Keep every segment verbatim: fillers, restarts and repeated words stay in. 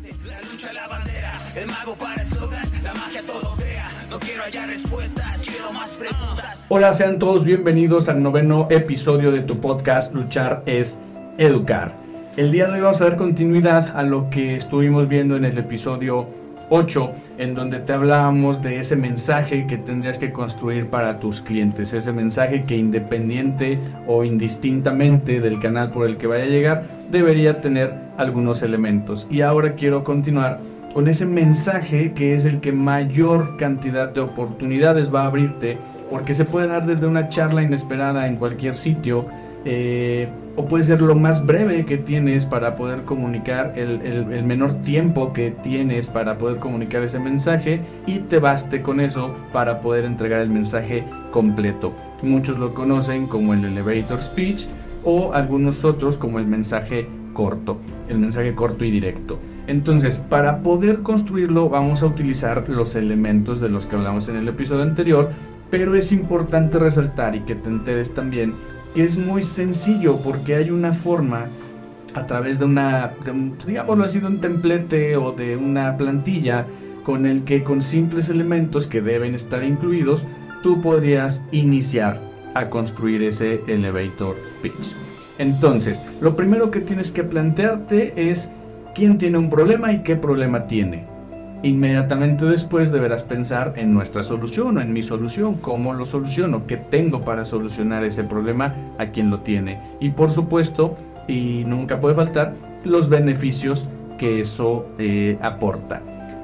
La lucha, la bandera, el mago para eslogan, la magia todo crea. No quiero hallar respuestas, quiero más preguntas. Hola, sean todos bienvenidos al noveno episodio de tu podcast Luchar es Educar. El día de hoy vamos a dar continuidad a lo que estuvimos viendo en el episodio ocho, en donde te hablábamos de ese mensaje que tendrías que construir para tus clientes, ese mensaje que independiente o indistintamente del canal por el que vaya a llegar, debería tener algunos elementos. Y ahora quiero continuar con ese mensaje que es el que mayor cantidad de oportunidades va a abrirte, porque se puede dar desde una charla inesperada en cualquier sitio, eh, o puede ser lo más breve que tienes para poder comunicar, el, el, el menor tiempo que tienes para poder comunicar ese mensaje, y te baste con eso para poder entregar el mensaje completo. Muchos lo conocen como el elevator speech, o algunos otros como el mensaje corto, el mensaje corto y directo. Entonces, para poder construirlo vamos a utilizar los elementos de los que hablamos en el episodio anterior, pero es importante resaltar y que te enteres también que es muy sencillo, porque hay una forma a través de una, de un, digámoslo así, de un templete o de una plantilla con el que con simples elementos que deben estar incluidos, tú podrías iniciar a construir ese elevator speech. Entonces, lo primero que tienes que plantearte es quién tiene un problema y qué problema tiene. Inmediatamente después deberás pensar en nuestra solución o en mi solución, cómo lo soluciono, qué tengo para solucionar ese problema, a quién lo tiene. Y por supuesto, y nunca puede faltar, los beneficios que eso eh, aporta.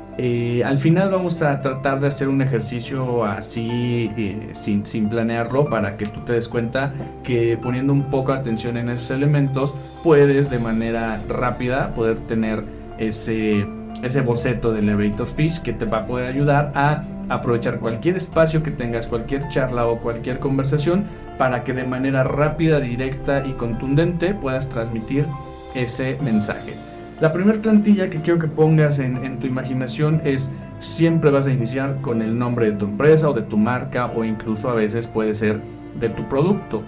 Eh, al final vamos a tratar de hacer un ejercicio así, eh, sin, sin planearlo, para que tú te des cuenta que poniendo un poco de atención en esos elementos, puedes de manera rápida poder tener ese... ese boceto del elevator speech que te va a poder ayudar a aprovechar cualquier espacio que tengas, cualquier charla o cualquier conversación, para que de manera rápida, directa y contundente puedas transmitir ese mensaje. La primera plantilla que quiero que pongas en, en tu imaginación es: siempre vas a iniciar con el nombre de tu empresa o de tu marca, o incluso a veces puede ser de tu producto.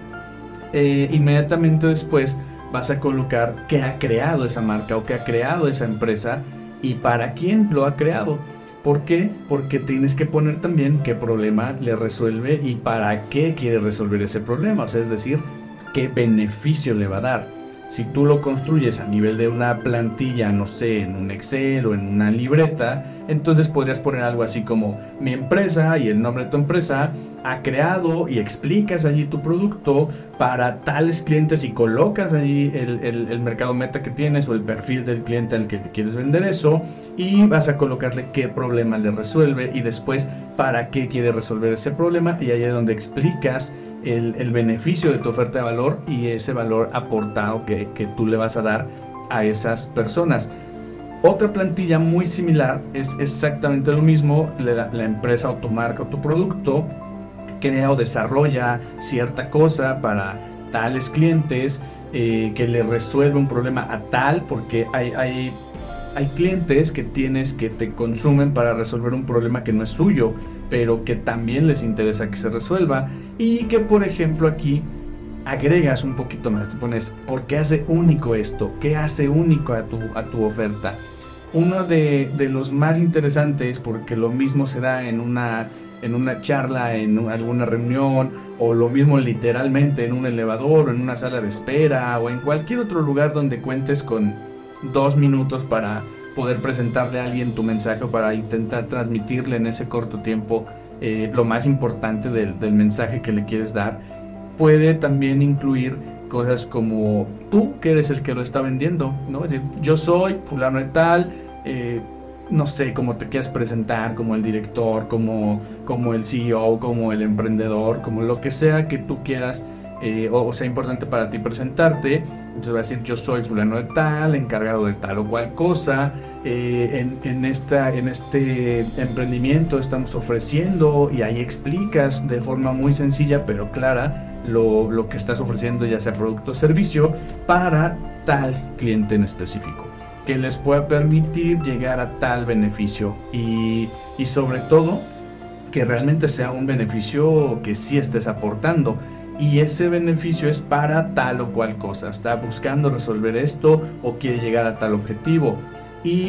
Eh, inmediatamente después vas a colocar qué ha creado esa marca o qué ha creado esa empresa, y para quién lo ha creado. ¿Por qué? Porque tienes que poner también qué problema le resuelve y para qué quiere resolver ese problema, o sea, es decir, qué beneficio le va a dar. Si tú lo construyes a nivel de una plantilla, no sé, en un Excel o en una libreta, entonces podrías poner algo así como: mi empresa, y el nombre de tu empresa ha creado, y explicas allí tu producto para tales clientes y colocas allí el, el, el mercado meta que tienes o el perfil del cliente al que quieres vender eso, y vas a colocarle qué problema le resuelve y después para qué quiere resolver ese problema, y ahí es donde explicas el, el beneficio de tu oferta de valor y ese valor aportado que, que tú le vas a dar a esas personas. Otra plantilla muy similar es exactamente lo mismo. La, la empresa o tu marca o tu producto crea o desarrolla cierta cosa para tales clientes, eh, que le resuelve un problema a tal, porque hay, hay, hay clientes que tienes que te consumen para resolver un problema que no es suyo, pero que también les interesa que se resuelva, y que por ejemplo aquí agregas un poquito más, te pones: ¿por qué hace único esto? ¿Qué hace único a tu, a tu oferta? Uno de, de los más interesantes, porque lo mismo se da en una, en una charla, en alguna reunión, o lo mismo literalmente en un elevador, o en una sala de espera, o en cualquier otro lugar donde cuentes con dos minutos para poder presentarle a alguien tu mensaje, o para intentar transmitirle en ese corto tiempo eh, lo más importante del, del mensaje que le quieres dar. Puede también incluir cosas como tú, que eres el que lo está vendiendo, ¿no? Es decir, yo soy fulano de tal, eh, no sé, cómo te quieras presentar, como el director, como, como el C E O, como el emprendedor, como lo que sea que tú quieras, eh, o, o sea importante para ti presentarte. Entonces va a decir: yo soy fulano de tal, encargado de tal o cual cosa, eh, en, en, esta, en este emprendimiento estamos ofreciendo, y ahí explicas de forma muy sencilla pero clara Lo, lo que estás ofreciendo, ya sea producto o servicio, para tal cliente en específico, que les pueda permitir llegar a tal beneficio, y, y sobre todo que realmente sea un beneficio que sí estés aportando, y ese beneficio es para tal o cual cosa. Está buscando resolver esto o quiere llegar a tal objetivo, y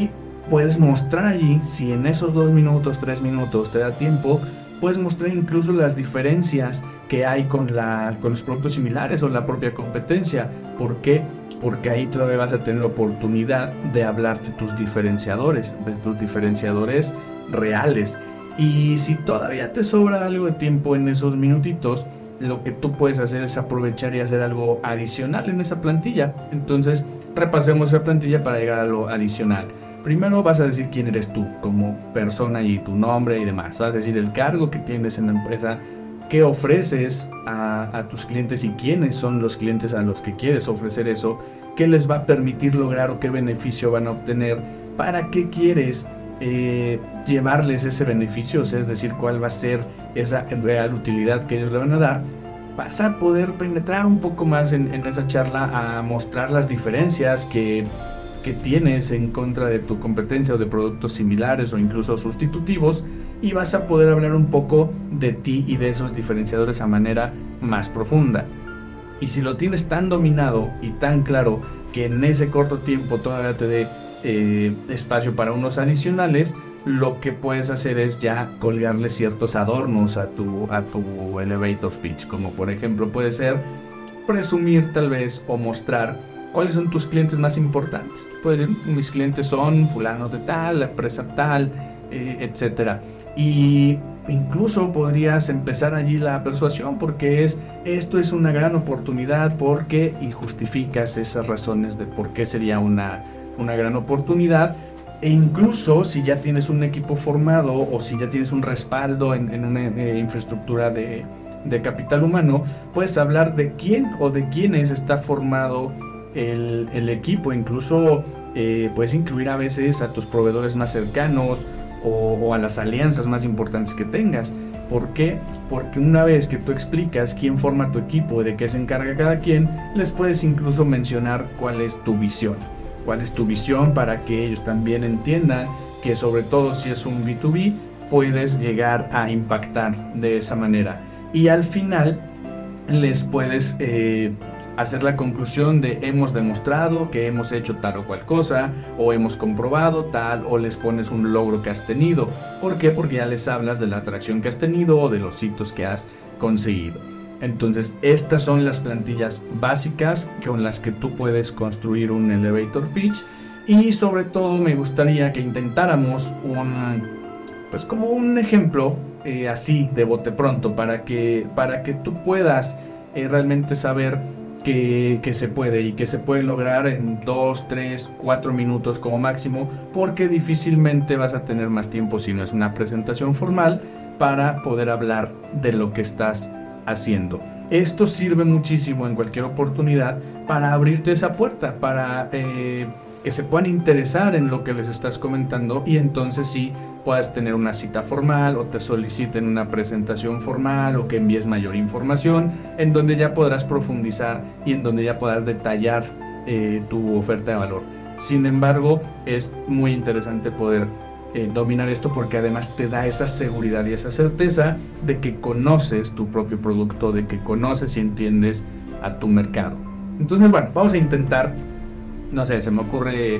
puedes mostrar allí, si en esos dos minutos, tres minutos te da tiempo, puedes mostrar incluso las diferencias que hay con, la, con los productos similares o la propia competencia. ¿Por qué? Porque ahí todavía vas a tener oportunidad de hablar de tus diferenciadores, de tus diferenciadores reales. Y si todavía te sobra algo de tiempo en esos minutitos, lo que tú puedes hacer es aprovechar y hacer algo adicional en esa plantilla. Entonces, repasemos esa plantilla para llegar a lo adicional. Primero vas a decir quién eres tú como persona y tu nombre y demás. Vas a decir el cargo que tienes en la empresa, qué ofreces a, a tus clientes y quiénes son los clientes a los que quieres ofrecer eso, qué les va a permitir lograr o qué beneficio van a obtener, para qué quieres eh, llevarles ese beneficio, o sea, es decir, cuál va a ser esa real utilidad que ellos le van a dar. Vas a poder penetrar un poco más en, en esa charla a mostrar las diferencias que... que tienes en contra de tu competencia o de productos similares o incluso sustitutivos, y vas a poder hablar un poco de ti y de esos diferenciadores a manera más profunda. Y si lo tienes tan dominado y tan claro que en ese corto tiempo todavía te dé eh, espacio para unos adicionales, lo que puedes hacer es ya colgarle ciertos adornos a tu, a tu elevator pitch, como por ejemplo puede ser presumir tal vez o mostrar ¿cuáles son tus clientes más importantes? Puedes decir, mis clientes son fulanos de tal, la empresa tal, eh, etcétera. Y incluso podrías empezar allí la persuasión, porque es esto es una gran oportunidad, porque y justificas esas razones de por qué sería una, una gran oportunidad. E incluso si ya tienes un equipo formado o si ya tienes un respaldo en, en una eh, infraestructura de, de capital humano, puedes hablar de quién o de quiénes está formado El, el equipo. Incluso eh, puedes incluir a veces a tus proveedores más cercanos o, o a las alianzas más importantes que tengas. ¿Por qué? Porque una vez que tú explicas quién forma tu equipo y de qué se encarga cada quien, les puedes incluso mencionar cuál es tu visión. Cuál es tu visión para que ellos también entiendan que, sobre todo si es un B dos B, puedes llegar a impactar de esa manera. Y al final les puedes eh, hacer la conclusión de hemos demostrado que hemos hecho tal o cual cosa, o hemos comprobado tal, o les pones un logro que has tenido. ¿Por qué? Porque ya les hablas de la atracción que has tenido o de los hitos que has conseguido. Entonces, estas son las plantillas básicas con las que tú puedes construir un elevator pitch. Y sobre todo me gustaría que intentáramos un, pues como un ejemplo eh, así de bote pronto, para que, para que tú puedas eh, realmente saber Que, que se puede y que se puede lograr en dos, tres, cuatro minutos como máximo, porque difícilmente vas a tener más tiempo si no es una presentación formal para poder hablar de lo que estás haciendo. Esto sirve muchísimo en cualquier oportunidad para abrirte esa puerta, para eh, que se puedan interesar en lo que les estás comentando, y entonces sí puedas tener una cita formal o te soliciten una presentación formal o que envíes mayor información en donde ya podrás profundizar y en donde ya podrás detallar eh, tu oferta de valor. Sin embargo, es muy interesante poder eh, dominar esto, porque además te da esa seguridad y esa certeza de que conoces tu propio producto, de que conoces y entiendes a tu mercado. Entonces, bueno, vamos a intentar, no sé, se me ocurre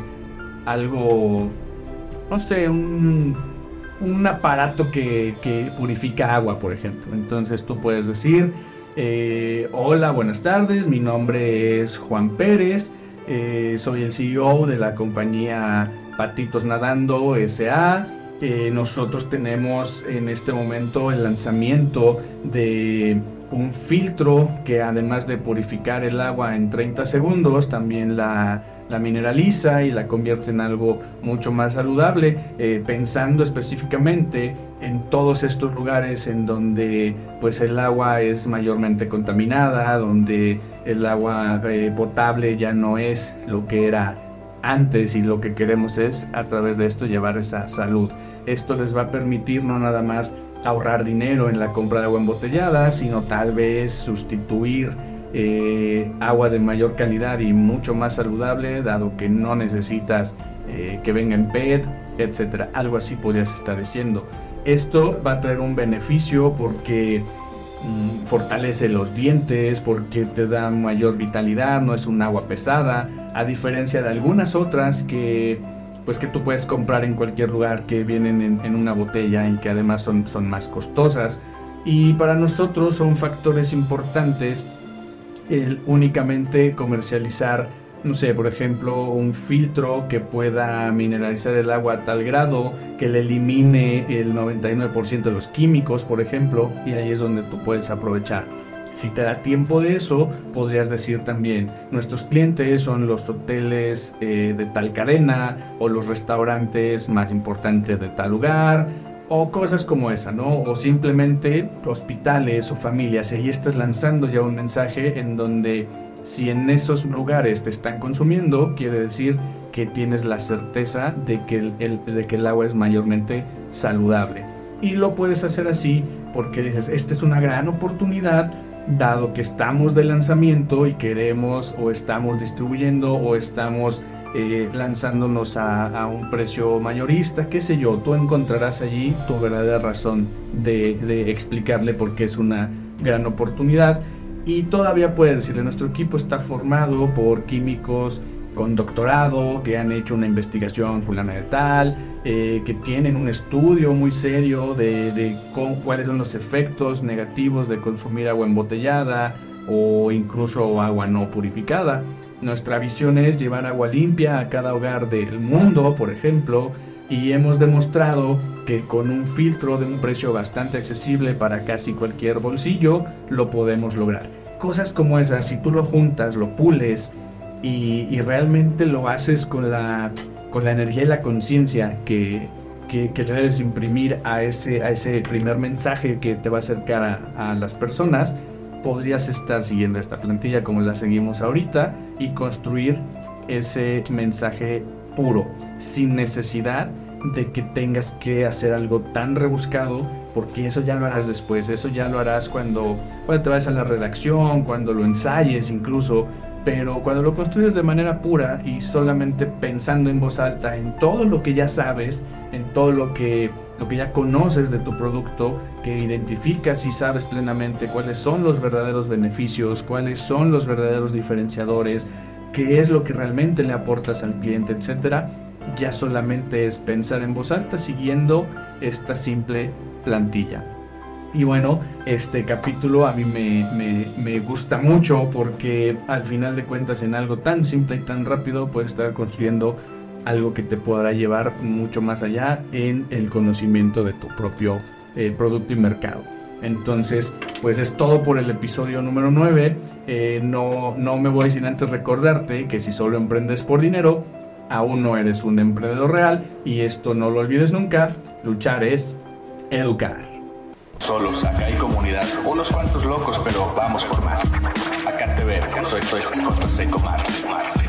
algo, no sé, un... un aparato que, que purifica agua, por ejemplo. Entonces tú puedes decir eh, hola, buenas tardes, mi nombre es Juan Pérez, eh, soy el C E O de la compañía Patitos Nadando S A Eh, nosotros tenemos en este momento el lanzamiento de un filtro que, además de purificar el agua en treinta segundos, también la, la mineraliza y la convierte en algo mucho más saludable, eh, pensando específicamente en todos estos lugares en donde pues el agua es mayormente contaminada, donde el agua eh, potable ya no es lo que era antes, y lo que queremos es, a través de esto, llevar esa salud. Esto les va a permitir no nada más ahorrar dinero en la compra de agua embotellada, sino tal vez sustituir eh, agua de mayor calidad y mucho más saludable, dado que no necesitas eh, que venga en P E T, etcétera. Algo así podrías estar diciendo. Esto va a traer un beneficio porque mmm, fortalece los dientes, porque te da mayor vitalidad, no es un agua pesada, a diferencia de algunas otras que pues que tú puedes comprar en cualquier lugar, que vienen en, en una botella y que además son, son más costosas. Y para nosotros son factores importantes el únicamente comercializar, no sé, por ejemplo, un filtro que pueda mineralizar el agua a tal grado que le elimine el noventa y nueve por ciento de los químicos, por ejemplo, y ahí es donde tú puedes aprovechar. Si te da tiempo de eso, podrías decir también, nuestros clientes son los hoteles eh, de tal cadena o los restaurantes más importantes de tal lugar, o cosas como esa, ¿no? O simplemente hospitales o familias, y ahí estás lanzando ya un mensaje en donde si en esos lugares te están consumiendo, quiere decir que tienes la certeza de que el, el, de que el agua es mayormente saludable. Y lo puedes hacer así porque dices, esta es una gran oportunidad, dado que estamos de lanzamiento y queremos o estamos distribuyendo o estamos eh, lanzándonos a, a un precio mayorista, qué sé yo, tú encontrarás allí tu verdadera razón de, de explicarle por qué es una gran oportunidad. Y todavía puedes decirle, nuestro equipo está formado por químicos con doctorado, que han hecho una investigación fulana de tal, eh, que tienen un estudio muy serio de, de con, cuáles son los efectos negativos de consumir agua embotellada o incluso agua no purificada. Nuestra visión es llevar agua limpia a cada hogar del mundo, por ejemplo, y hemos demostrado que con un filtro de un precio bastante accesible para casi cualquier bolsillo, lo podemos lograr. Cosas como esas, si tú lo juntas, lo pules, Y, y realmente lo haces con la, con la energía y la conciencia que, que, que le debes imprimir a ese, a ese primer mensaje que te va a acercar a, a las personas, podrías estar siguiendo esta plantilla como la seguimos ahorita y construir ese mensaje puro, sin necesidad de que tengas que hacer algo tan rebuscado, porque eso ya lo harás después, eso ya lo harás cuando, cuando te vayas a la redacción, cuando lo ensayes incluso. Pero cuando lo construyes de manera pura y solamente pensando en voz alta en todo lo que ya sabes, en todo lo que, lo que ya conoces de tu producto, que identificas y sabes plenamente cuáles son los verdaderos beneficios, cuáles son los verdaderos diferenciadores, qué es lo que realmente le aportas al cliente, etcétera, ya solamente es pensar en voz alta siguiendo esta simple plantilla. Y bueno, este capítulo a mí me, me, me gusta mucho porque al final de cuentas en algo tan simple y tan rápido puedes estar construyendo algo que te podrá llevar mucho más allá en el conocimiento de tu propio eh, producto y mercado. Entonces, pues es todo por el episodio número nueve. Eh, no, no me voy sin antes recordarte que si solo emprendes por dinero, aún no eres un emprendedor real, y esto no lo olvides nunca, luchar es educar. Solos, acá hay comunidad, unos cuantos locos, pero vamos por más. Acá te veo, soy, soy J C Comar.